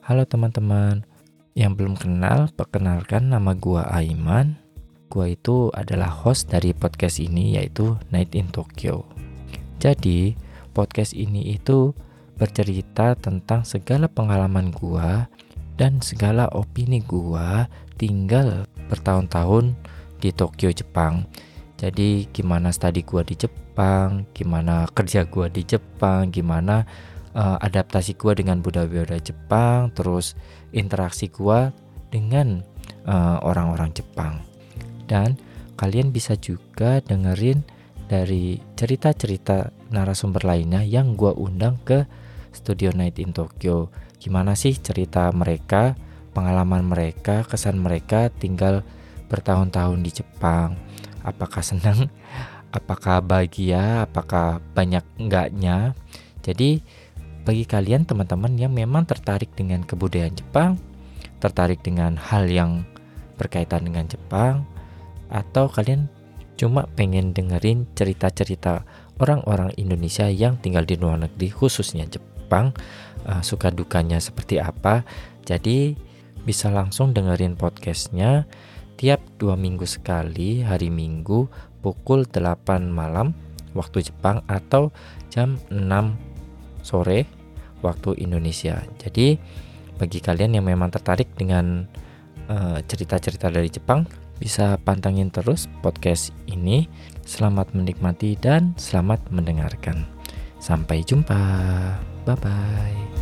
Halo teman-teman, yang belum kenal, perkenalkan nama gua Aiman. Gua itu adalah host dari podcast ini, yaitu Night in Tokyo. Jadi, podcast ini itu bercerita tentang segala pengalaman gua dan segala opini gua tinggal bertahun-tahun di Tokyo, Jepang. Jadi, gimana studi gua di Jepang, gimana kerja gua di Jepang, gimana adaptasi gua dengan budaya-budaya Jepang, terus interaksi gua dengan orang-orang Jepang. Dan kalian bisa juga dengerin dari cerita-cerita narasumber lainnya yang gua undang ke Studio Night in Tokyo. Gimana sih cerita mereka, pengalaman mereka, kesan mereka tinggal bertahun-tahun di Jepang. Apakah senang, apakah bahagia, apakah banyak enggaknya. Jadi bagi kalian teman-teman yang memang tertarik dengan kebudayaan Jepang, tertarik dengan hal yang berkaitan dengan Jepang, atau kalian cuma pengen dengerin cerita-cerita orang-orang Indonesia yang tinggal di luar negeri, khususnya Jepang, suka dukanya seperti apa, jadi bisa langsung dengerin podcastnya tiap 2 minggu sekali, hari Minggu pukul 8 malam waktu Jepang atau jam 6 sore waktu Indonesia. Jadi bagi kalian yang memang tertarik dengan cerita-cerita dari Jepang, bisa pantengin terus podcast ini. Selamat menikmati dan selamat mendengarkan. Sampai jumpa. Bye bye.